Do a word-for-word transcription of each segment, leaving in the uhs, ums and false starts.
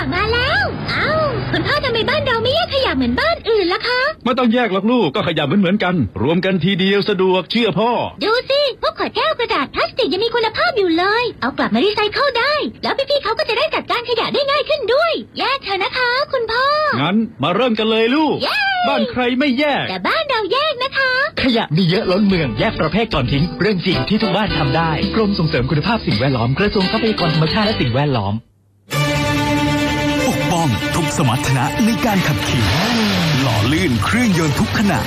มาแล้วเอ้าคุณพ่อทำไมบ้านเราไม่แยกขยะเหมือนบ้านอื่นล่ะคะไม่ต้องแยกหรอกลูกก็ขยะเหมือนๆกันรวมกันทีเดียวสะดวกเชื่อพ่อดูสิพวกขวดแก้วกระดาษพลาสติกยังมีคุณภาพอยู่เลยเอากลับมารีไซเคิลได้แล้วพี่ๆเขาก็จะได้จัดการขยะได้ง่ายขึ้นด้วยแยกเถอะนะคะคุณพ่องั้นมาเริ่มกันเลยลูกบ้านใครไม่แยกแต่บ้านเราแยกนะคะขยะมีเยอะล้นเมืองแยกประเภทก่อนทิ้งเรื่องจริงที่ทุกบ้านทำได้กรมส่งเสริมคุณภาพสิ่งแวดล้อมกระทรวงทรัพยากรธรรมชาติและสิ่งแวดล้อมปกป้องทุกสมรรถนะในการขับขี่หล่อลื่นเครื่องยนต์ทุกขณะ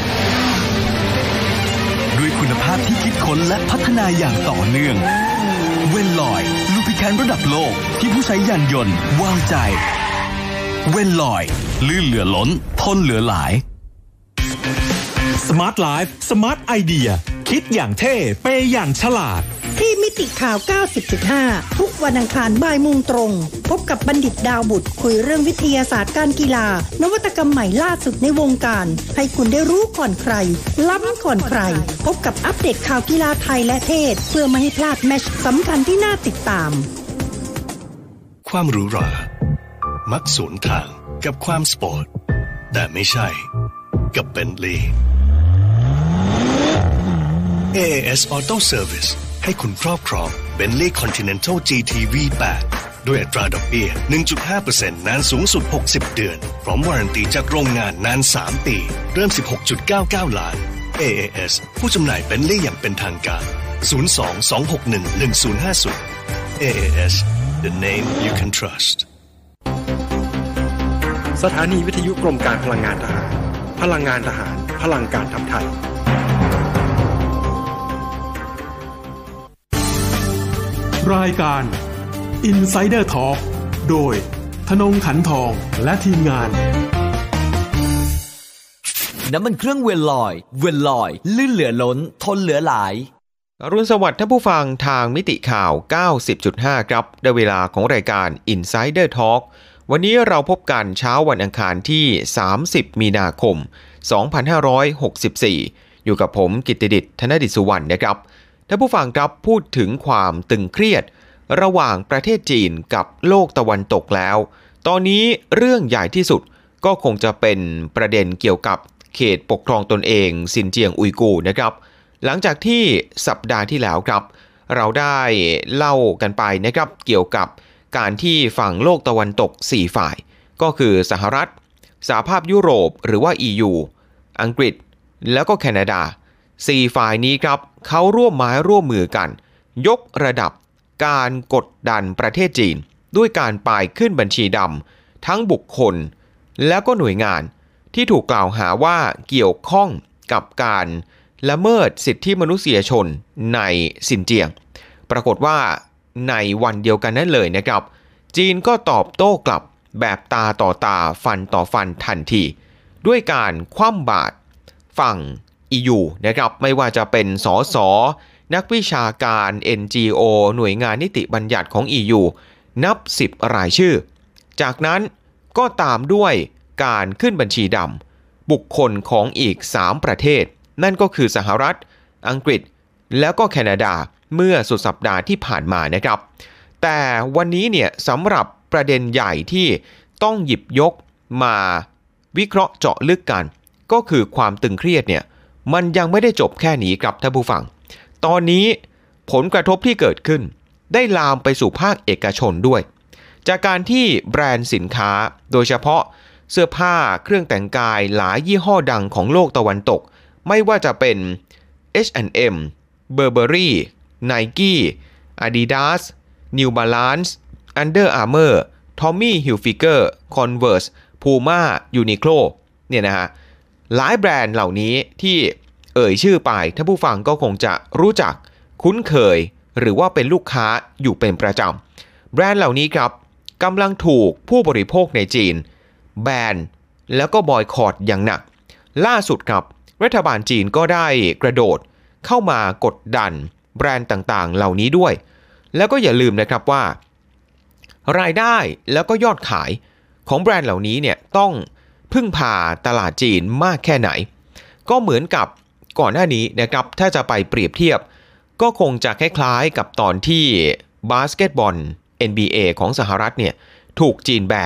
ด้วยคุณภาพที่คิดค้นและพัฒนาอย่างต่อเนื่องเวนลอยลูพิแคนระดับโลกที่ผู้ใช้ยานยนต์วางใจเวนลอยลื่นเหลือล้นทนเหลือหลาย Smart Life Smart Idea คิดอย่างเท่เปย์อย่างฉลาดที่มิติข่าว เก้าสิบจุดห้า ทุกวันอังคารบ่ายโมงตรงพบกับบัณฑิตดาวบุตรคุยเรื่องวิทยาศาสตร์การกีฬานวัตกรรมใหม่ล่าสุดในวงการให้คุณได้รู้ก่อนใครล้ำก่อนใครพบกับอัปเดตข่าวกีฬาไทยและเทศเพื่อไม่ให้พลาดแมตช์สำคัญที่น่าติดตามความหรูหรามักสวนทางกับความสปอร์ตแต่ไม่ใช่กับเบนท์ลีย์ เอ เอ เอส Auto Service ให้คุณครอบครอง Bentley Continental จี ที วี แปด ด้วยอัตราดอกเบี้ย หนึ่งจุดห้าเปอร์เซ็นต์ นานสูงสุดหกสิบเดือนพร้อมวารันตีจากโรงงานนานสามปีเริ่ม สิบหกจุดเก้าเก้า ล้าน เอ เอ เอส ผู้จำหน่าย Bentley อย่างเป็นทางการศูนย์ สอง สอง หก หนึ่ง หนึ่ง ศูนย์ ห้า ศูนย์ เอ เอ เอส The name you can trust สถานีวิทยุกรมการพลังงานทหารพลังงานทหารพลังการทำไทยรายการ Insider Talk โดยธนงขันทองและทีมงานน้ำมันเครื่องเวลลอยเวลลอยลื่นเหลือล้นทนเหลือหลายอรุณสวัสดิ์ท่านผู้ฟังทางมิติข่าว เก้าสิบจุดห้า ครับได้เวลาของรายการ Insider Talk วันนี้เราพบกันเช้าวันอังคารที่สามสิบมีนาคมสองพันห้าร้อยหกสิบสี่อยู่กับผมกิตติดิษฐ์ธนดิษฐ์สุวรรณนะครับท่านผู้ฟังครับพูดถึงความตึงเครียดระหว่างประเทศจีนกับโลกตะวันตกแล้วตอนนี้เรื่องใหญ่ที่สุดก็คงจะเป็นประเด็นเกี่ยวกับเขตปกครองตนเองซินเจียงอุยกูร์นะครับหลังจากที่สัปดาห์ที่แล้วครับเราได้เล่ากันไปนะครับเกี่ยวกับการที่ฝั่งโลกตะวันตกสี่ฝ่ายก็คือสหรัฐสหภาพยุโรปหรือว่า อี ยู อังกฤษแล้วก็แคนาดาสี่ฝ่ายนี้ครับเขาร่วมไม้ร่วมมือกันยกระดับการกดดันประเทศจีนด้วยการป่ายขึ้นบัญชีดำทั้งบุคคลแล้วก็หน่วยงานที่ถูกกล่าวหาว่าเกี่ยวข้องกับการละเมิดสิทธิมนุษยชนในซินเจียงปรากฏว่าในวันเดียวกันนั้นเลยนะครับจีนก็ตอบโต้กลับแบบตาต่อตาฟันต่อฟันทันทีด้วยการคว่ำบาตรฝั่ง อี ยู นะครับไม่ว่าจะเป็นสสนักวิชาการ เอ็น จี โอ หน่วยงานนิติบัญญัติของ อี ยู นับสิบรายชื่อจากนั้นก็ตามด้วยการขึ้นบัญชีดำบุคคลของอีกสามประเทศนั่นก็คือสหรัฐอังกฤษแล้วก็แคนาดาเมื่อสุดสัปดาห์ที่ผ่านมานะครับแต่วันนี้เนี่ยสำหรับประเด็นใหญ่ที่ต้องหยิบยกมาวิเคราะห์เจาะลึกกันก็คือความตึงเครียดเนี่ยมันยังไม่ได้จบแค่นี้ครับท่านผู้ฟังตอนนี้ผลกระทบที่เกิดขึ้นได้ลามไปสู่ภาคเอกชนด้วยจากการที่แบรนด์สินค้าโดยเฉพาะเสื้อผ้าเครื่องแต่งกายหลายยี่ห้อดังของโลกตะวันตกไม่ว่าจะเป็น เอช แอนด์ เอ็ม Burberry Nike Adidas New Balance Under Armour Tommy Hilfiger Converse Puma Uniqlo เนี่ยนะฮะหลายแบรนด์เหล่านี้ที่เอ่ยชื่อไปท่านผู้ฟังก็คงจะรู้จักคุ้นเคยหรือว่าเป็นลูกค้าอยู่เป็นประจำแบรนด์เหล่านี้ครับกำลังถูกผู้บริโภคในจีนแบนแล้วก็บอยคอตอย่างหนักล่าสุดครับรัฐบาลจีนก็ได้กระโดดเข้ามากดดันแบรนด์ต่างๆเหล่านี้ด้วยแล้วก็อย่าลืมนะครับว่ารายได้แล้วก็ยอดขายของแบรนด์เหล่านี้เนี่ยต้องพึ่งพาตลาดจีนมากแค่ไหนก็เหมือนกับก่อนหน้านี้นะครับถ้าจะไปเปรียบเทียบก็คงจะคล้ายๆกับตอนที่บาสเกตบอล เอ็น บี เอ ของสหรัฐเนี่ยถูกจีนแบน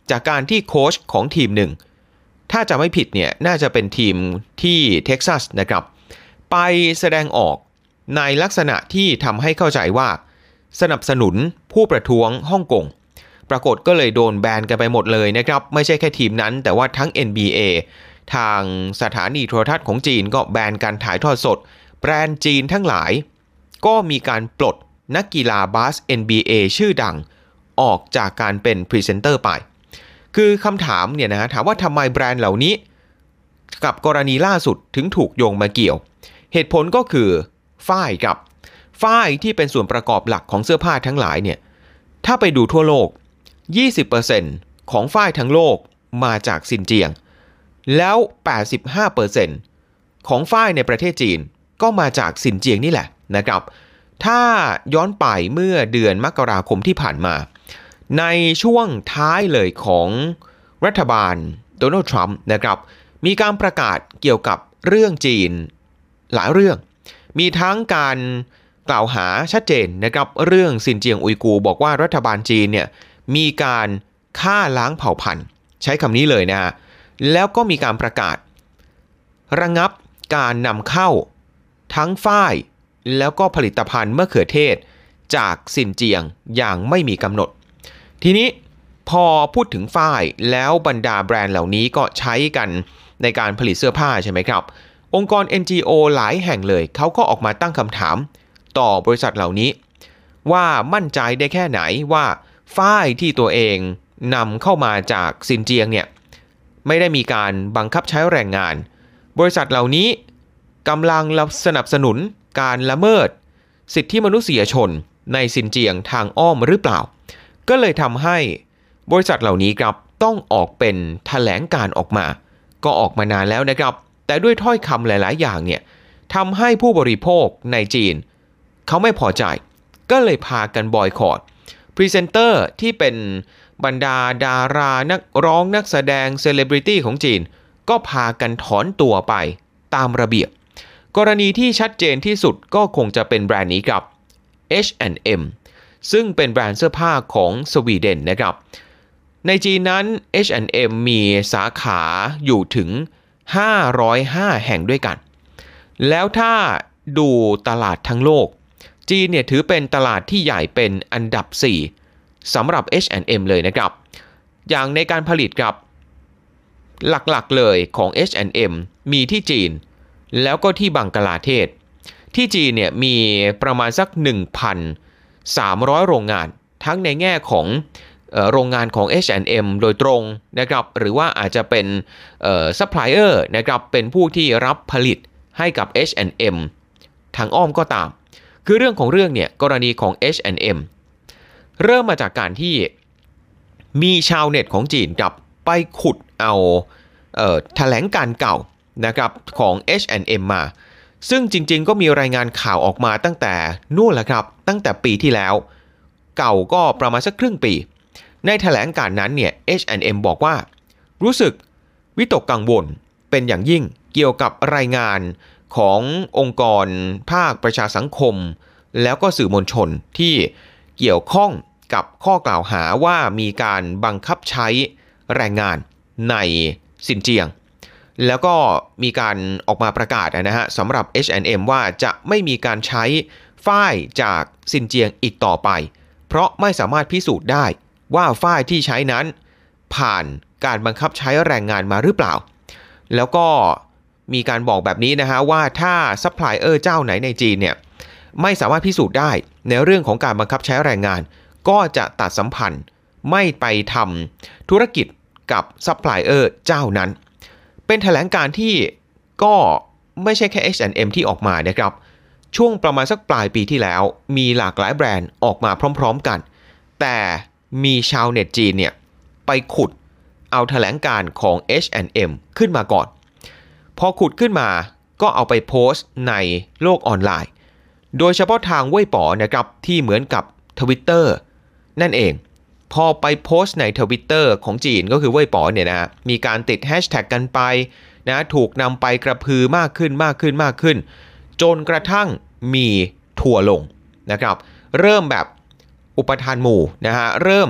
จากการที่โค้ชของทีมหนึ่งถ้าจะไม่ผิดเนี่ยน่าจะเป็นทีมที่เท็กซัสนะครับไปแสดงออกในลักษณะที่ทำให้เข้าใจว่าสนับสนุนผู้ประท้วงฮ่องกงปรากฏก็เลยโดนแบนกันไปหมดเลยนะครับไม่ใช่แค่ทีมนั้นแต่ว่าทั้ง เอ็น บี เอ ทางสถานีโทรทัศน์ของจีนก็แบนการถ่ายทอดสดแบรนด์จีนทั้งหลายก็มีการปลดนักกีฬาบาส เอ็น บี เอ ชื่อดังออกจากการเป็นพรีเซนเตอร์ไปคือคำถามเนี่ยนะถามว่าทำไมแบรนด์เหล่านี้กับกรณีล่าสุดถึงถูกโยงมาเกี่ยวเหตุผลก็คือฝ้ายกับฝ้ายที่เป็นส่วนประกอบหลักของเสื้อผ้าทั้งหลายเนี่ยถ้าไปดูทั่วโลก ยี่สิบเปอร์เซ็นต์ ของฝ้ายทั้งโลกมาจากซินเจียงแล้ว แปดสิบห้าเปอร์เซ็นต์ ของฝ้ายในประเทศจีนก็มาจากซินเจียงนี่แหละนะครับถ้าย้อนไปเมื่อเดือนมกราคมที่ผ่านมาในช่วงท้ายเลยของรัฐบาลโดนัลด์ทรัมป์นะครับมีการประกาศเกี่ยวกับเรื่องจีนหลายเรื่องมีทั้งการกล่าวหาชัดเจนนะครับเรื่องซินเจียงอุยกูร์บอกว่ารัฐบาลจีนเนี่ยมีการฆ่าล้างเผ่าพันธุ์ใช้คำนี้เลยนะฮะแล้วก็มีการประกาศระงับการนำเข้าทั้งฝ้ายแล้วก็ผลิตภัณฑ์มะเขือเทศจากซินเจียงอย่างไม่มีกำหนดทีนี้พอพูดถึงฝ้ายแล้วบรรดาแบรนด์เหล่านี้ก็ใช้กันในการผลิตเสื้อผ้าใช่ไหมครับองค์กร เอ็น จี โอ หลายแห่งเลยเขาก็ออกมาตั้งคำถามต่อบริษัทเหล่านี้ว่ามั่นใจได้แค่ไหนว่าฝ้ายที่ตัวเองนำเข้ามาจากซินเจียงเนี่ยไม่ได้มีการบังคับใช้แรงงานบริษัทเหล่านี้กำลังสนับสนุนการละเมิดสิทธิมนุษยชนในซินเจียงทางอ้อมหรือเปล่าก็เลยทำให้บริษัทเหล่านี้ครับต้องออกเป็นแถลงการออกมาก็ออกมานานแล้วนะครับแต่ด้วยถ้อยคำหลายๆอย่างเนี่ยทำให้ผู้บริโภคในจีนเขาไม่พอใจก็เลยพากันบอยคอตพรีเซนเตอร์ที่เป็นบรรดาดารานักร้องนักแสดงเซเลบริตี้ของจีนก็พากันถอนตัวไปตามระเบียบกรณีที่ชัดเจนที่สุดก็คงจะเป็นแบรนด์นี้ครับ เอช แอนด์ เอ็ม ซึ่งเป็นแบรนด์เสื้อผ้าของสวีเดนนะครับในจีนนั้น เอช แอนด์ เอ็ม มีสาขาอยู่ถึงห้าร้อยห้าแห่งด้วยกันแล้วถ้าดูตลาดทั้งโลกจีนเนี่ยถือเป็นตลาดที่ใหญ่เป็นอันดับสี่สำหรับ เอช แอนด์ เอ็ม เลยนะครับอย่างในการผลิตครับหลักๆเลยของ เอช แอนด์ เอ็ม มีที่จีนแล้วก็ที่บังกลาเทศที่จีนเนี่ยมีประมาณสัก หนึ่งพันสามร้อย โรงงานทั้งในแง่ของเอ่อโรงงานของ เอช แอนด์ เอ็ม โดยตรงนะครับหรือว่าอาจจะเป็นเอ่อซัพพลายเออร์นะครับเป็นผู้ที่รับผลิตให้กับ เอช แอนด์ เอ็ม ทางอ้อมก็ตามคือเรื่องของเรื่องเนี่ยกรณีของ เอช แอนด์ เอ็ม เริ่มมาจากการที่มีชาวเน็ตของจีนกับไปขุดเอาเอ่อแถลงการเก่านะครับของ เอช แอนด์ เอ็ม มาซึ่งจริงๆก็มีรายงานข่าวออกมาตั้งแต่นู่นแหละครับตั้งแต่ปีที่แล้วเก่าก็ประมาณสักครึ่งปีในแถลงการนั้นเนี่ย เอช แอนด์ เอ็ม บอกว่ารู้สึกวิตกกังวลเป็นอย่างยิ่งเกี่ยวกับรายงานขององค์กรภาคประชาสังคมแล้วก็สื่อมวลชนที่เกี่ยวข้องกับข้อกล่าวหาว่ามีการบังคับใช้แรงงานในซินเจียงแล้วก็มีการออกมาประกาศนะฮะสำหรับ เอช แอนด์ เอ็ม ว่าจะไม่มีการใช้ฝ้ายจากซินเจียงอีกต่อไปเพราะไม่สามารถพิสูจน์ได้ว่าฝ้ายที่ใช้นั้นผ่านการบังคับใช้แรงงานมาหรือเปล่าแล้วก็มีการบอกแบบนี้นะฮะว่าถ้าซัพพลายเออร์เจ้าไหนในจีนเนี่ยไม่สามารถพิสูจน์ได้ในเรื่องของการบังคับใช้แรงงานก็จะตัดสัมพันธ์ไม่ไปทำธุรกิจกับซัพพลายเออร์เจ้านั้นเป็นแถลงการที่ก็ไม่ใช่แค่ เอช แอนด์ เอ็ม ที่ออกมานะครับช่วงประมาณสักปลายปีที่แล้วมีหลากหลายแบรนด์ออกมาพร้อมๆกันแต่มีชาวเน็ตจีนเนี่ยไปขุดเอาแถลงการของ เอช แอนด์ เอ็ม ขึ้นมาก่อนพอขุดขึ้นมาก็เอาไปโพสต์ในโลกออนไลน์โดยเฉพาะทางเว่ยป๋อนะครับที่เหมือนกับ Twitter นั่นเองพอไปโพสต์ใน Twitter ของจีนก็คือเว่ยป๋อเนี่ยนะมีการติดแฮชแท็กกันไปนะถูกนำไปกระพือมากขึ้นมากขึ้นมากขึ้นจนกระทั่งมีทัวร์ลงนะครับเริ่มแบบอุปทานหมู่นะฮะเริ่ม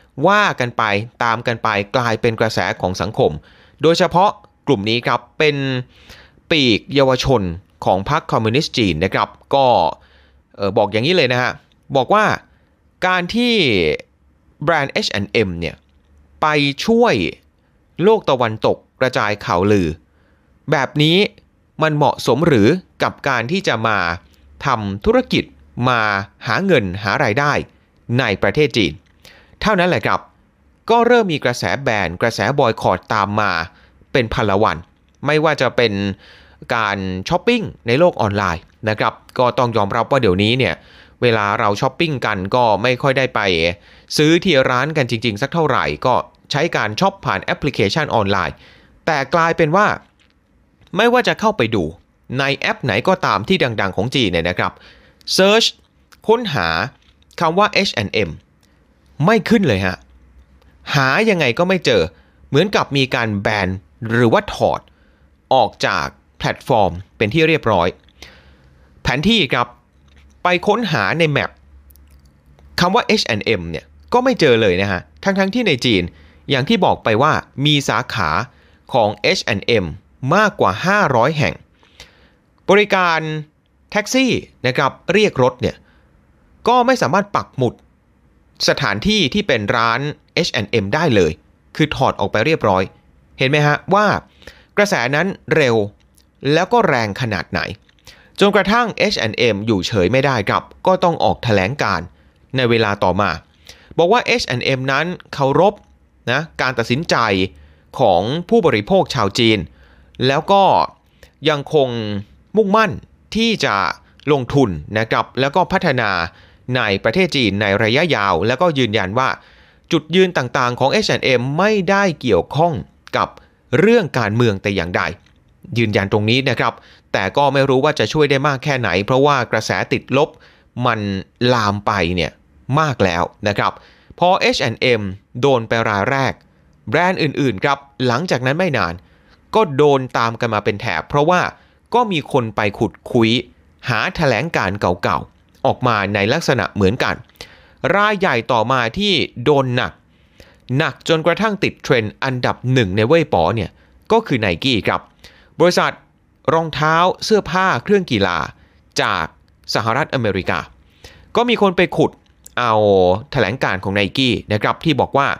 ว่ากันไปตามกันไปกลายเป็นกระแสของสังคมโดยเฉพาะกลุ่มนี้ครับเป็นปีกเยาวชนของพรรคคอมมิวนิสต์จีนนะครับก็บอกอย่างนี้เลยนะฮะบอกว่าการที่แบรนด์ เอช แอนด์ เอ็ม เนี่ยไปช่วยโลกตะวันตกกระจายข่าวลือแบบนี้มันเหมาะสมหรือกับการที่จะมาทำธุรกิจมาหาเงินหารายได้ในประเทศจีนเท่านั้นแหละครับก็เริ่มมีกระแสแบนกระแสบอยคอตตามมาเป็นพันละวันไม่ว่าจะเป็นการช้อปปิ้งในโลกออนไลน์นะครับก็ต้องยอมรับว่าเดี๋ยวนี้เนี่ยเวลาเราช้อปปิ้งกันก็ไม่ค่อยได้ไปซื้อที่ร้านกันจริงๆสักเท่าไหร่ก็ใช้การช็อปผ่านแอปพลิเคชันออนไลน์แต่กลายเป็นว่าไม่ว่าจะเข้าไปดูในแอปไหนก็ตามที่ดังๆของจีนเนี่ยนะครับเซิร์ชค้นหาคำว่า เอช แอนด์ เอ็ม ไม่ขึ้นเลยฮะหายังไงก็ไม่เจอเหมือนกับมีการแบนหรือว่าถอดออกจากแพลตฟอร์มเป็นที่เรียบร้อยแผนที่ครับไปค้นหาในแมปคำว่า เอช แอนด์ เอ็ม เนี่ยก็ไม่เจอเลยนะฮะทั้งๆที่ในจีนอย่างที่บอกไปว่ามีสาขาของ เอช แอนด์ เอ็ม มากกว่าห้าร้อยแห่งบริการแท็กซี่นะครับเรียกรถเนี่ยก็ไม่สามารถปักหมุดสถานที่ที่เป็นร้าน เอช แอนด์ เอ็ม ได้เลยคือถอดออกไปเรียบร้อยเห็นไหมฮะว่ากระแสนั้นเร็วแล้วก็แรงขนาดไหนจนกระทั่ง เอช แอนด์ เอ็ม อยู่เฉยไม่ได้ครับก็ต้องออกแถลงการในเวลาต่อมาบอกว่า เอช แอนด์ เอ็ม นั้นเคารพนะการตัดสินใจของผู้บริโภคชาวจีนแล้วก็ยังคงมุ่งมั่นที่จะลงทุนนะครับแล้วก็พัฒนาในประเทศจีนในระยะยาวแล้วก็ยืนยันว่าจุดยืนต่างๆของ เอช แอนด์ เอ็ม ไม่ได้เกี่ยวข้องกับเรื่องการเมืองแต่อย่างใดยืนยันตรงนี้นะครับแต่ก็ไม่รู้ว่าจะช่วยได้มากแค่ไหนเพราะว่ากระแสติดลบมันลามไปเนี่ยมากแล้วนะครับพอ เอช แอนด์ เอ็ม โดนไปรายแรกแบรนด์อื่นๆครับหลังจากนั้นไม่นานก็โดนตามกันมาเป็นแถบเพราะว่าก็มีคนไปขุดคุยหาแถลงการเก่าๆออกมาในลักษณะเหมือนกันรายใหญ่ต่อมาที่โดนหนักหนักจนกระทั่งติดเทรนด์อันดับหนึ่งในเว่ยป๋อเนี่ยก็คือ Nike ครับบริษัทรองเท้าเสื้อผ้าเครื่องกีฬาจากสหรัฐอเมริกาก็มีคนไปขุดเอาแถลงการของ Nike นะครับที่บอกว่า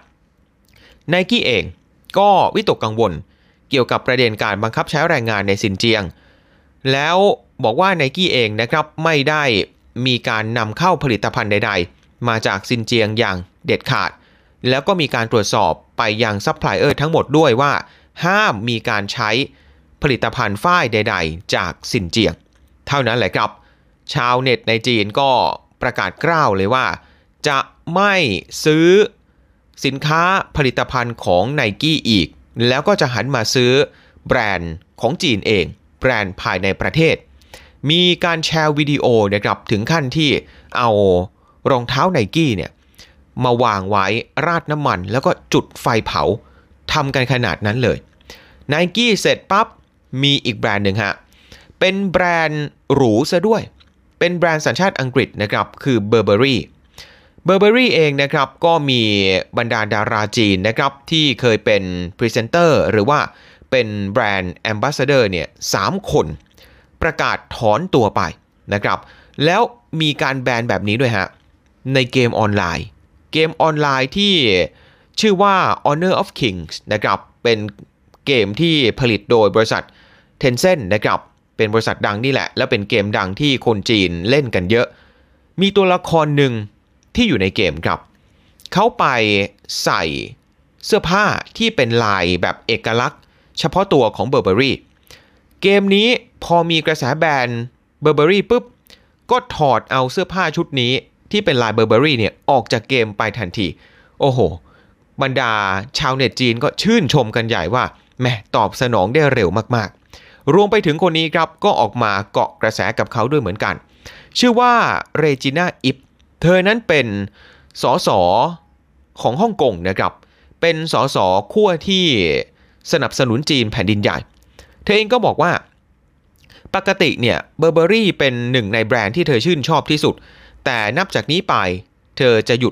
Nike เองก็วิตกกังวลเกี่ยวกับประเด็นการบังคับใช้แรงงานในซินเจียงแล้วบอกว่า Nike เองนะครับไม่ได้มีการนำเข้าผลิตภัณฑ์ใดๆมาจากซินเจียงอย่างเด็ดขาดแล้วก็มีการตรวจสอบไปยังซัพพลายเออร์ทั้งหมดด้วยว่าห้ามมีการใช้ผลิตภัณฑ์ฝ้ายใดๆจากซินเจียงเท่านั้นแหละครับชาวเน็ตในจีนก็ประกาศกล้าวเลยว่าจะไม่ซื้อสินค้าผลิตภัณฑ์ของ Nike อีกแล้วก็จะหันมาซื้อแบรนด์ของจีนเองแบรนด์ภายในประเทศมีการแชร์วิดีโอนะครับถึงขั้นที่เอารองเท้า Nike เนี่ยมาวางไว้ราดน้ำมันแล้วก็จุดไฟเผาทำกันขนาดนั้นเลย Nike เสร็จปั๊บมีอีกแบรนด์หนึ่งฮะเป็นแบรนด์หรูซะด้วยเป็นแบรนด์สัญชาติอังกฤษนะครับคือ Burberry Burberry เองนะครับก็มีบรรดาดาราจีนนะครับที่เคยเป็นพรีเซนเตอร์หรือว่าเป็นแบรนด์แอมบาสเดอร์เนี่ยสามคนประกาศถอนตัวไปนะครับแล้วมีการแบนแบบนี้ด้วยฮะในเกมออนไลน์เกมออนไลน์ที่ชื่อว่า Honor of Kings นะครับเป็นเกมที่ผลิตโดยบริษัท Tencent นะครับเป็นบริษัทดังนี่แหละและเป็นเกมดังที่คนจีนเล่นกันเยอะมีตัวละครหนึ่งที่อยู่ในเกมครับเขาไปใส่เสื้อผ้าที่เป็นลายแบบเอกลักษณ์เฉพาะตัวของ Burberry เกมนี้พอมีกระแสแบน Burberry ปุ๊บก็ถอดเอาเสื้อผ้าชุดนี้ที่เป็นลาย Burberry เนี่ยออกจากเกมไปทันทีโอ้โหบรรดาชาวเน็ตจีนก็ชื่นชมกันใหญ่ว่าแหมตอบสนองได้เร็วมากๆรวมไปถึงคนนี้ครับก็ออกมาเกาะกระแสกับเขาด้วยเหมือนกันชื่อว่าเรจิน่าอิฟเธอนั้นเป็นสสของฮ่องกงนะครับเป็นสสขั้วที่สนับสนุนจีนแผ่นดินใหญ่เธอเองก็บอกว่าปกติเนี่ย Burberry เป็นหนึ่งในแบรนด์ที่เธอชื่นชอบที่สุดแต่นับจากนี้ไปเธอจะหยุดละ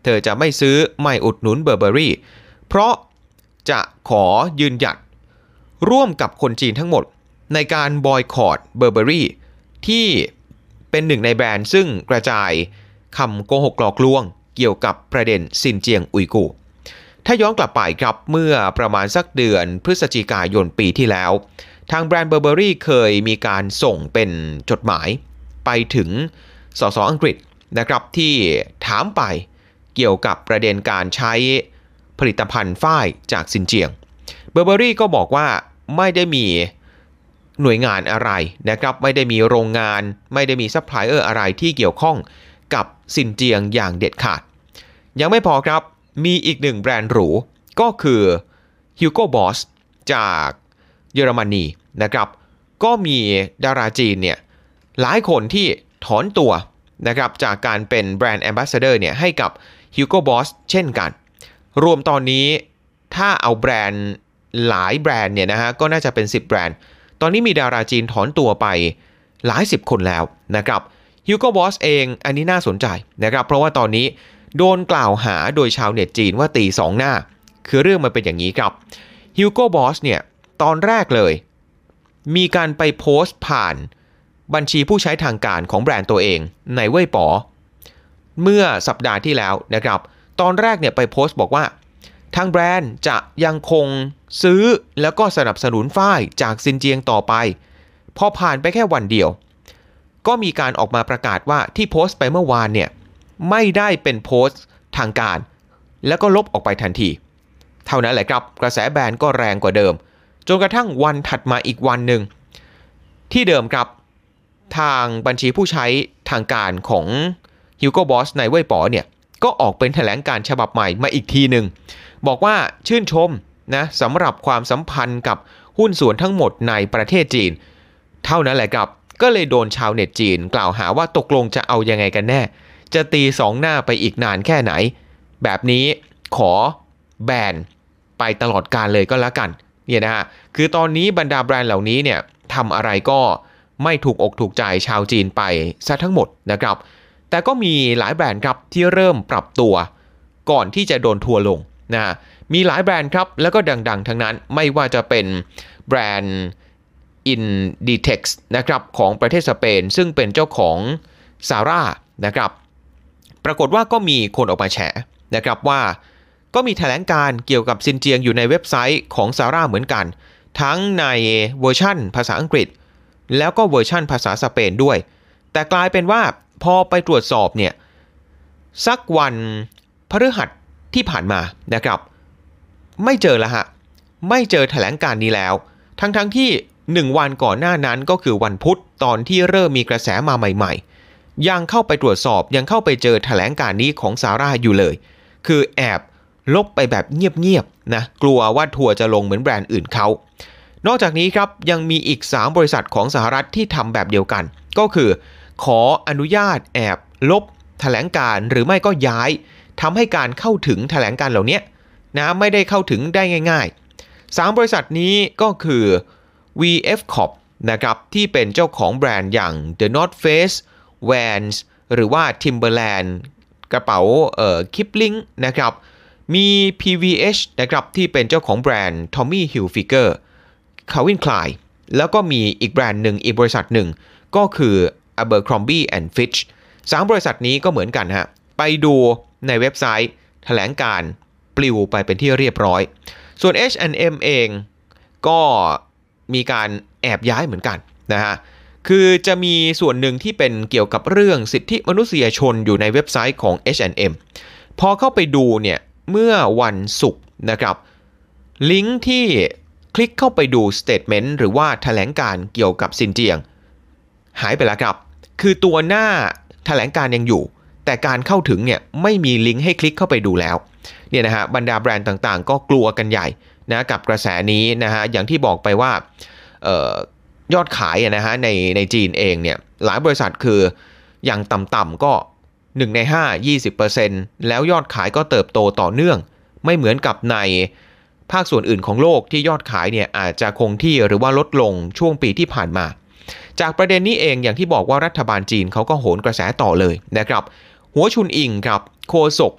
เธอจะไม่ซื้อไม่อุดหนุนเบอร์เบอรี่เพราะจะขอยืนหยัดร่วมกับคนจีนทั้งหมดในการบอยคอตเบอร์เบอรี่ที่เป็นหนึ่งในแบรนด์ซึ่งกระจายคำโกหกหลอกลวงเกี่ยวกับประเด็นซินเจียงอุยกูร์ถ้าย้อนกลับไปครับเมื่อประมาณสักเดือนพฤศจิกายนปีที่แล้วทางแบรนด์เบอร์เบอรี่เคยมีการส่งเป็นจดหมายไปถึงสสอังกฤษนะครับที่ถามไปเกี่ยวกับประเด็นการใช้ผลิตภัณฑ์ฝ้ายจากซินเจียงเบอร์เบอรี่ก็บอกว่าไม่ได้มีหน่วยงานอะไรนะครับไม่ได้มีโรงงานไม่ได้มีซัพพลายเออร์อะไรที่เกี่ยวข้องกับซินเจียงอย่างเด็ดขาดยังไม่พอครับมีอีกหนึ่งแบรนด์หรูก็คือ Hugo Boss จากเยอรมนีนะครับก็มีดาราจีนเนี่ยหลายคนที่ถอนตัวนะครับจากการเป็นแบรนด์แอมบาสเดอร์เนี่ยให้กับ Hugo Boss เช่นกันรวมตอนนี้ถ้าเอาแบรนด์หลายแบรนด์เนี่ยนะฮะก็น่าจะเป็นสิบแบรนด์ตอนนี้มีดาราจีนถอนตัวไปหลายสิบคนแล้วนะครับ Hugo Boss เองอันนี้น่าสนใจนะครับเพราะว่าตอนนี้โดนกล่าวหาโดยชาวเน็ตจีนว่าตีสองหน้าคือเรื่องมันเป็นอย่างนี้ครับ Hugo Boss เนี่ยตอนแรกเลยมีการไปโพสต์ผ่านบัญชีผู้ใช้ทางการของแบรนด์ตัวเองในเว่ยป๋อเมื่อสัปดาห์ที่แล้วนะครับตอนแรกเนี่ยไปโพสต์บอกว่าทางแบรนด์จะยังคงซื้อแล้วก็สนับสนุนฝ้ายจากซินเจียงต่อไปพอผ่านไปแค่วันเดียวก็มีการออกมาประกาศว่าที่โพสต์ไปเมื่อวานเนี่ยไม่ได้เป็นโพสต์ทางการแล้วก็ลบออกไปทันทีเท่านั้นแหละครับกระแสแบรนด์ก็แรงกว่าเดิมจนกระทั่งวันถัดมาอีกวันหนึ่งที่เดิมครับทางบัญชีผู้ใช้ทางการของ Hugo Boss ในเว่ยป๋อเนี่ยก็ออกเป็นแถลงการฉบับใหม่มาอีกทีหนึ่งบอกว่าชื่นชมนะสำหรับความสัมพันธ์กับหุ้นส่วนทั้งหมดในประเทศจีนเท่านั้นแหละครับก็เลยโดนชาวเน็ตจีนกล่าวหาว่าตกลงจะเอายังไงกันแน่จะตีสองหน้าไปอีกนานแค่ไหนแบบนี้ขอแบนไปตลอดกาลเลยก็แล้วกันเนี่ยนะฮะคือตอนนี้บรรดาแบรนด์เหล่านี้เนี่ยทำอะไรก็ไม่ถูกอกถูกใจชาวจีนไปซะทั้งหมดนะครับแต่ก็มีหลายแบรนด์ครับที่เริ่มปรับตัวก่อนที่จะโดนทัวร์ลงนะมีหลายแบรนด์ครับแล้วก็ดังๆทั้งนั้นไม่ว่าจะเป็นแบรนด์ Inditex นะครับของประเทศสเปนซึ่งเป็นเจ้าของ Zara นะครับปรากฏว่าก็มีคนออกมาแฉนะครับว่าก็มีแถลงการเกี่ยวกับซินเจียงอยู่ในเว็บไซต์ของ Zara เหมือนกันทั้งในเวอร์ชั่นภาษาอังกฤษแล้วก็เวอร์ชั่นภาษาสเปนด้วยแต่กลายเป็นว่าพอไปตรวจสอบเนี่ยสักวันพฤหัสที่ผ่านมานะครับไม่เจอแล้วฮะไม่เจอแถลงการนี้แล้วทั้งๆ ท, ที่หนึ่งวันก่อนหน้านั้นก็คือวันพุธตอนที่เริ่มมีกระแสมาใหม่ๆยังเข้าไปตรวจสอบยังเข้าไปเจอแถลงการนี้ของ Zara อยู่เลยคือแอบลบไปแบบเงียบๆนะกลัวว่าทัวร์จะลงเหมือนแบรนด์อื่นเขานอกจากนี้ครับยังมีอีกสามบริษัทของสหรัฐที่ทำแบบเดียวกันก็คือขออนุญาตแอบลบแถลงการหรือไม่ก็ย้ายทำให้การเข้าถึงแถลงการเหล่านี้นะไม่ได้เข้าถึงได้ง่ายๆสามบริษัทนี้ก็คือ วี เอฟ Corp นะครับที่เป็นเจ้าของแบรนด์อย่าง The North Face Vans หรือว่า Timberland กระเป๋าเอ่อ Kipling นะครับมี พี วี เอช นะครับที่เป็นเจ้าของแบรนด์ Tommy Hilfiger Calvin Klein แล้วก็มีอีกแบรนด์หนึ่งอีกบริษัทหนึ่งก็คือ Abercrombie and Fitch สามบริษัทนี้ก็เหมือนกันฮะไปดูในเว็บไซต์แถลงการปลิวไปเป็นที่เรียบร้อยส่วน เอช แอนด์ เอ็ม เองก็มีการแอบย้ายเหมือนกันนะฮะคือจะมีส่วนหนึ่งที่เป็นเกี่ยวกับเรื่องสิทธิมนุษยชนอยู่ในเว็บไซต์ของ เอช แอนด์ เอ็ม พอเข้าไปดูเนี่ยเมื่อวันศุกร์นะครับลิงก์ที่คลิกเข้าไปดูสเตทเมนต์หรือว่าแถลงการเกี่ยวกับซินเจียงหายไปแล้วครับคือตัวหน้าแถลงการยังอยู่แต่การเข้าถึงเนี่ยไม่มีลิงก์ให้คลิกเข้าไปดูแล้วเนี่ยนะฮะบรรดาแบรนด์ต่างๆก็กลัวกันใหญ่นะกับกระแสนี้นะฮะอย่างที่บอกไปว่าเอ่อยอดขายนะฮะในในจีนเองเนี่ยหลายบริษัทคืออย่างต่ำๆก็หนึ่งในห้า ยี่สิบเปอร์เซ็นต์ แล้วยอดขายก็เติบโตต่อเนื่องไม่เหมือนกับในภาคส่วนอื่นของโลกที่ยอดขายเนี่ยอาจจะคงที่หรือว่าลดลงช่วงปีที่ผ่านมาจากประเด็นนี้เองอย่างที่บอกว่ารัฐบาลจีนเขาก็โหนกระแสต่อเลยนะครับหัวชุนอิงครับโฆษก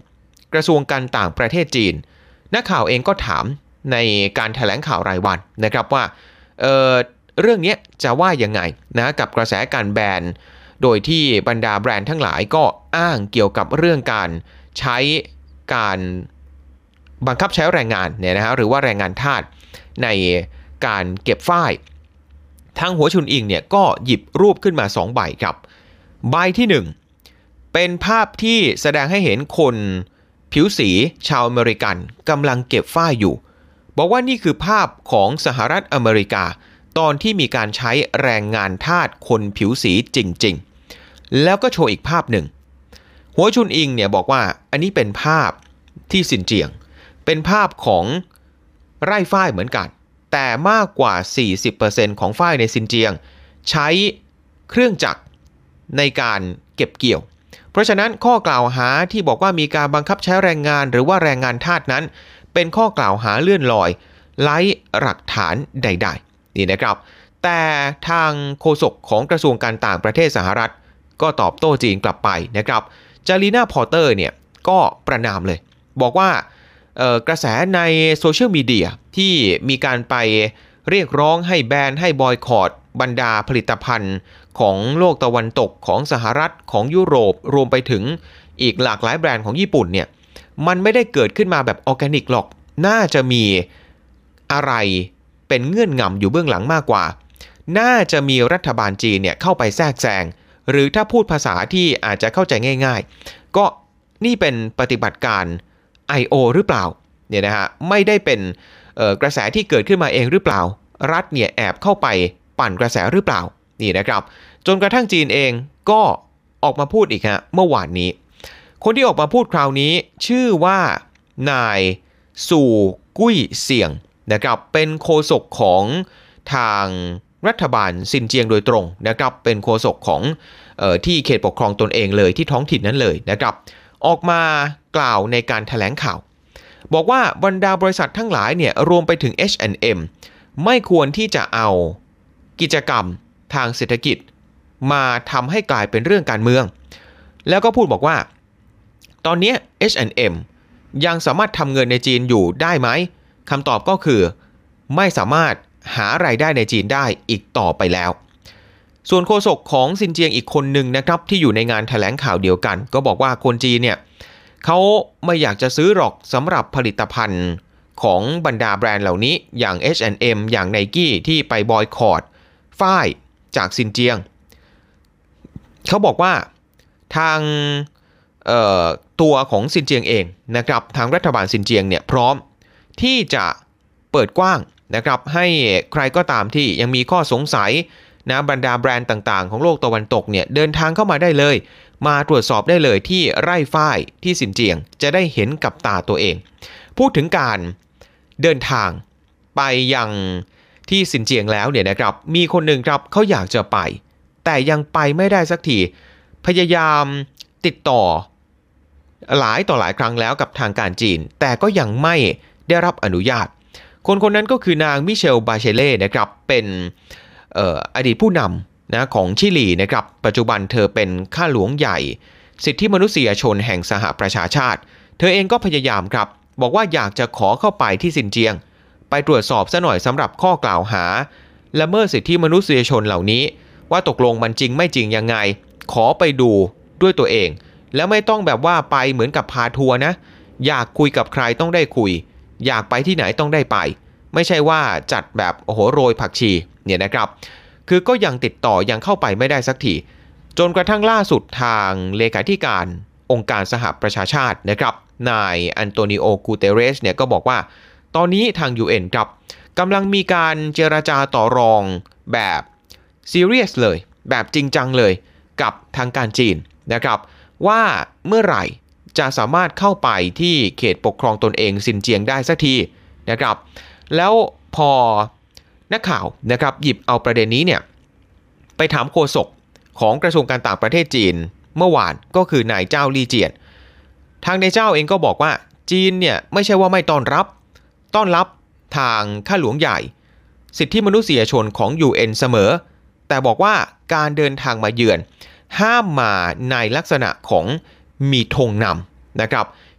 กระทรวงการต่างประเทศจีนนักข่าวเองก็ถามในการแถลงข่าวรายวันนะครับว่า เอ่อ เรื่องนี้จะว่ายังไงนะกับกระแสการแบนโดยที่บรรดาแบรนด์ทั้งหลายก็อ้างเกี่ยวกับเรื่องการใช้การบังคับใช้แรงงานเนี่ยนะฮะหรือว่าแรงงานทาสในการเก็บฝ้ายทางหัวชุนอิงเนี่ยก็หยิบรูปขึ้นมาสองใบครับใบที่หนึ่งเป็นภาพที่แสดงให้เห็นคนผิวสีชาวอเมริกันกำลังเก็บฝ้ายอยู่บอกว่านี่คือภาพของสหรัฐอเมริกาตอนที่มีการใช้แรงงานทาสคนผิวสีจริงๆแล้วก็โชว์อีกภาพหนึ่งหัวชุนอิงเนี่ยบอกว่าอันนี้เป็นภาพที่ซินเจียงเป็นภาพของไร่ฝ้ายเหมือนกันแต่มากกว่า สี่สิบเปอร์เซ็นต์ ของฝ้ายในซินเจียงใช้เครื่องจักรในการเก็บเกี่ยวเพราะฉะนั้นข้อกล่าวหาที่บอกว่ามีการบังคับใช้แรงงานหรือว่าแรงงานทาสนั้นเป็นข้อกล่าวหาเลื่อนลอยไร้หลักฐานใดๆนี่นะครับแต่ทางโฆษกของกระทรวงการต่างประเทศสหรัฐก็ตอบโต้จีนกลับไปนะครับจารีนาพอร์เตอร์เนี่ยก็ประณามเลยบอกว่ากระแสในโซเชียลมีเดียที่มีการไปเรียกร้องให้แบนให้บอยคอตบรรดาผลิตภัณฑ์ของโลกตะวันตกของสหรัฐของยุโรปรวมไปถึงอีกหลากหลายแบรนด์ของญี่ปุ่นเนี่ยมันไม่ได้เกิดขึ้นมาแบบออร์แกนิกหรอกน่าจะมีอะไรเป็นเงื่อนงำอยู่เบื้องหลังมากกว่าน่าจะมีรัฐบาลจีนเนี่ยเข้าไปแทรกแซงหรือถ้าพูดภาษาที่อาจจะเข้าใจง่ายๆก็นี่เป็นปฏิบัติการ ไอ โอ หรือเปล่าเนี่ยนะฮะไม่ได้เป็นกระแสที่เกิดขึ้นมาเองหรือเปล่ารัฐเนี่ยแอบเข้าไปปั่นกระแสหรือเปล่านี่นะครับจนกระทั่งจีนเองก็ออกมาพูดอีกฮะเมื่อวานนี้คนที่ออกมาพูดคราวนี้ชื่อว่านายสู่กุ้ยเสี่ยงนะครับเป็นโฆษกของทางรัฐบาลซินเจียงโดยตรงนะครับเป็นโฆษกของเอ่อที่เขตปกครองตนเองเลยที่ท้องถิ่นนั้นเลยนะครับออกมากล่าวในการแถลงข่าวบอกว่าบรรดาบริษัททั้งหลายเนี่ยรวมไปถึง เอช แอนด์ เอ็ม ไม่ควรที่จะเอากิจกรรมทางเศรษฐกิจมาทำให้กลายเป็นเรื่องการเมืองแล้วก็พูดบอกว่าตอนนี้ เอช แอนด์ เอ็ม ยังสามารถทำเงินในจีนอยู่ได้ไหมคำตอบก็คือไม่สามารถหารายได้ในจีนได้อีกต่อไปแล้วส่วนโฆษกของซินเจียงอีกคนหนึ่งนะครับที่อยู่ในงานแถลงข่าวเดียวกันก็บอกว่าคนจีนเนี่ยเขาไม่อยากจะซื้อหรอกสำหรับผลิตภัณฑ์ของบรรดาแบรนด์เหล่านี้อย่าง เอช แอนด์ เอ็ม อย่าง Nike ที่ไปบอยคอตฝ้ายจากซินเจียงเขาบอกว่าทางตัวของซินเจียงเองนะครับทางรัฐบาลซินเจียงเนี่ยพร้อมที่จะเปิดกว้างนะครับให้ใครก็ตามที่ยังมีข้อสงสัยนะบรรดาแบรนด์ต่างๆของโลกตะวันตกเนี่ยเดินทางเข้ามาได้เลยมาตรวจสอบได้เลยที่ไร่ฝ้ายที่ซินเจียงจะได้เห็นกับตาตัวเองพูดถึงการเดินทางไปยังที่ซินเจียงแล้วเนี่ยนะครับมีคนหนึ่งครับเขาอยากจะไปแต่ยังไปไม่ได้สักทีพยายามติดต่อหลายต่อหลายครั้งแล้วกับทางการจีนแต่ก็ยังไม่ได้รับอนุญาตคนคนนั้นก็คือนางมิเชลบาเชเล่นะครับเป็นเอ่ออดีตผู้นำนะของชิลีนะครับปัจจุบันเธอเป็นข้าหลวงใหญ่สิทธิมนุษยชนแห่งสหประชาชาติเธอเองก็พยายามครับบอกว่าอยากจะขอเข้าไปที่ซินเจียงไปตรวจสอบซะหน่อยสำหรับข้อกล่าวหาละเมิดสิทธิมนุษยชนเหล่านี้ว่าตกลงมันจริงไม่จริงยังไงขอไปดูด้วยตัวเองแล้วไม่ต้องแบบว่าไปเหมือนกับพาทัวร์นะอยากคุยกับใครต้องได้คุยอยากไปที่ไหนต้องได้ไปไม่ใช่ว่าจัดแบบโอ้โหโรยผักชีเนี่ยนะครับคือก็ยังติดต่อยังเข้าไปไม่ได้สักทีจนกระทั่งล่าสุดทางเลขาธิการองค์การสหประชาชาตินะครับนายอันโตนิโอ กูเตเรสเนี่ยก็บอกว่าตอนนี้ทาง ยู เอ็น ครับกำลังมีการเจรจาต่อรองแบบซีเรียสเลยแบบจริงจังเลยกับทางการจีนนะครับว่าเมื่อไหร่จะสามารถเข้าไปที่เขตปกครองตนเองซินเจียงได้สักทีนะครับแล้วพอนักข่าวนะครับหยิบเอาประเด็นนี้เนี่ยไปถามโฆษกของกระทรวงการต่างประเทศจีนเมื่อวานก็คือนายเจ้าลี่เจียนทางนายเจ้าเองก็บอกว่าจีนเนี่ยไม่ใช่ว่าไม่ต้อนรับต้อนรับทางข้าหลวงใหญ่สิทธิมนุษยชนของ ยู เอ็น เสมอแต่บอกว่าการเดินทางมาเยือนห้ามมาในลักษณะของมีธงนำนะครับ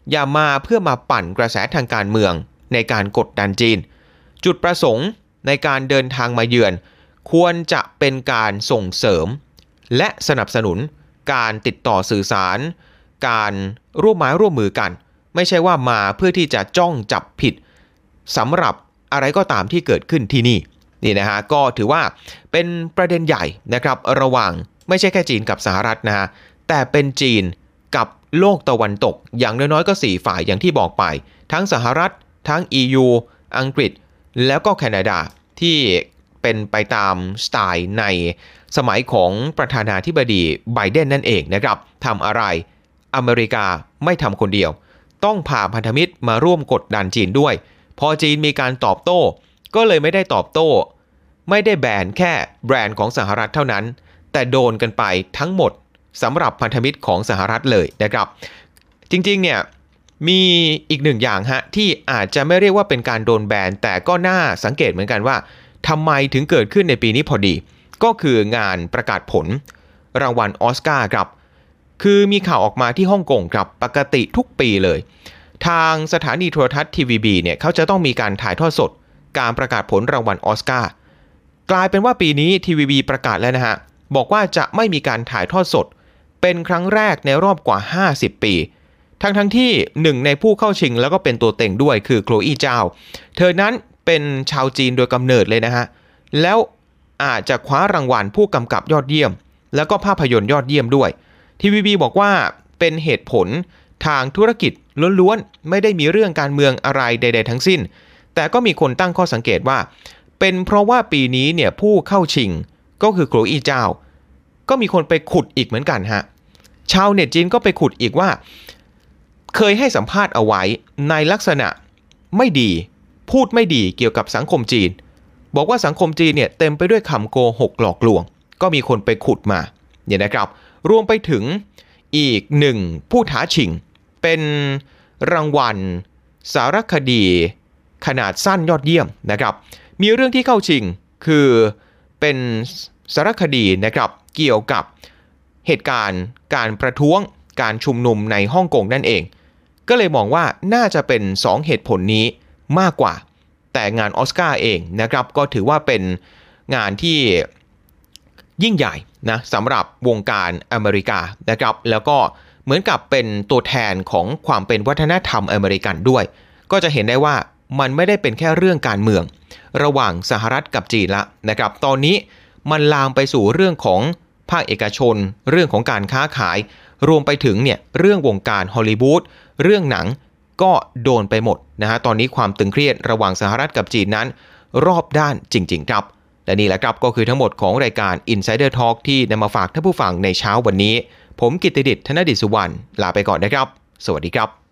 อย่ามาเพื่อมาปั่นกระแสทางการเมืองในการกดดันจีนจุดประสงค์ในการเดินทางมาเยือนควรจะเป็นการส่งเสริมและสนับสนุนการติดต่อสื่อสารการร่วมไม้ร่วมมือกันไม่ใช่ว่ามาเพื่อที่จะจ้องจับผิดสำหรับอะไรก็ตามที่เกิดขึ้นที่นี่นี่นะฮะก็ถือว่าเป็นประเด็นใหญ่นะครับระหว่างไม่ใช่แค่จีนกับสหรัฐนะฮะแต่เป็นจีนกับโลกตะวันตกอย่างน้อยๆก็สี่ฝ่ายอย่างที่บอกไปทั้งสหรัฐทั้ง อี ยู อังกฤษแล้วก็แคนาดาที่เป็นไปตามสไตล์ในสมัยของประธานาธิบดีไบเดนนั่นเองนะครับทำอะไรอเมริกาไม่ทำคนเดียวต้องพาพันธมิตรมาร่วมกดดันจีนด้วยพอจีนมีการตอบโต้ก็เลยไม่ได้ตอบโต้ไม่ได้แบนแค่แบรนด์ของสหรัฐเท่านั้นแต่โดนกันไปทั้งหมดสำหรับพันธมิตรของสหรัฐเลยนะครับจริงๆเนี่ยมีอีกหนึ่งอย่างฮะที่อาจจะไม่เรียกว่าเป็นการโดนแบนแต่ก็น่าสังเกตเหมือนกันว่าทำไมถึงเกิดขึ้นในปีนี้พอดีก็คืองานประกาศผลรางวัลออสการ์ครับคือมีข่าวออกมาที่ฮ่องกงครับปกติทุกปีเลยทางสถานีโทรทัศน์ ที วี บี เนี่ยเขาจะต้องมีการถ่ายทอดสดการประกาศผลรางวัลออสการ์กลายเป็นว่าปีนี้ ที วี บี ประกาศแล้วนะฮะบอกว่าจะไม่มีการถ่ายทอดสดเป็นครั้งแรกในรอบกว่าห้าสิบปีทั้งทั้งที่หนึ่งในผู้เข้าชิงแล้วก็เป็นตัวเต็งด้วยคือโคลอี้เจ้าเธอนั้นเป็นชาวจีนโดยกำเนิดเลยนะฮะแล้วอาจจะคว้ารางวัลผู้กำกับยอดเยี่ยมแล้วก็ภาพยนตร์ยอดเยี่ยมด้วย ที วี บี บอกว่าเป็นเหตุผลทางธุรกิจล้วนๆไม่ได้มีเรื่องการเมืองอะไรใดๆทั้งสิ้นแต่ก็มีคนตั้งข้อสังเกตว่าเป็นเพราะว่าปีนี้เนี่ยผู้เข้าชิงก็คือโคลอี้เจ้าก็มีคนไปขุดอีกเหมือนกันฮะชาวเน็ตจีนก็ไปขุดอีกว่าเคยให้สัมภาษณ์เอาไว้ในลักษณะไม่ดีพูดไม่ดีเกี่ยวกับสังคมจีนบอกว่าสังคมจีนเนี่ยเต็มไปด้วยคำโกหกหลอกลวงก็มีคนไปขุดมาเนี่ยนะครับรวมไปถึงอีกหนึ่งผู้ท้าชิงเป็นรางวัลสารคดีขนาดสั้นยอดเยี่ยมนะครับมีเรื่องที่เข้าชิงคือเป็นสารคดีนะครับเกี่ยวกับเหตุการณ์การประท้วงการชุมนุมในฮ่องกงนั่นเองก็เลยมองว่าน่าจะเป็นสองเหตุผลนี้มากกว่าแต่งานออสการ์เองนะครับก็ถือว่าเป็นงานที่ยิ่งใหญ่นะสำหรับวงการอเมริกานะครับแล้วก็เหมือนกับเป็นตัวแทนของความเป็นวัฒนธรรมอเมริกันด้วยก็จะเห็นได้ว่ามันไม่ได้เป็นแค่เรื่องการเมืองระหว่างสหรัฐกับจีนละนะครับตอนนี้มันลามไปสู่เรื่องของภาคเอกชนเรื่องของการค้าขายรวมไปถึงเนี่ยเรื่องวงการฮอลลีวูดเรื่องหนังก็โดนไปหมดนะฮะตอนนี้ความตึงเครียดระหว่างสหรัฐกับจีนนั้นรอบด้านจริงๆครับและนี่แหละครับก็คือทั้งหมดของรายการ Insider Talk ที่นำมาฝากท่านผู้ฟังในเช้าวันนี้ผมกิตติดิษฐ์ ธนดิษฐ์สุวรรณลาไปก่อนนะครับสวัสดีครับ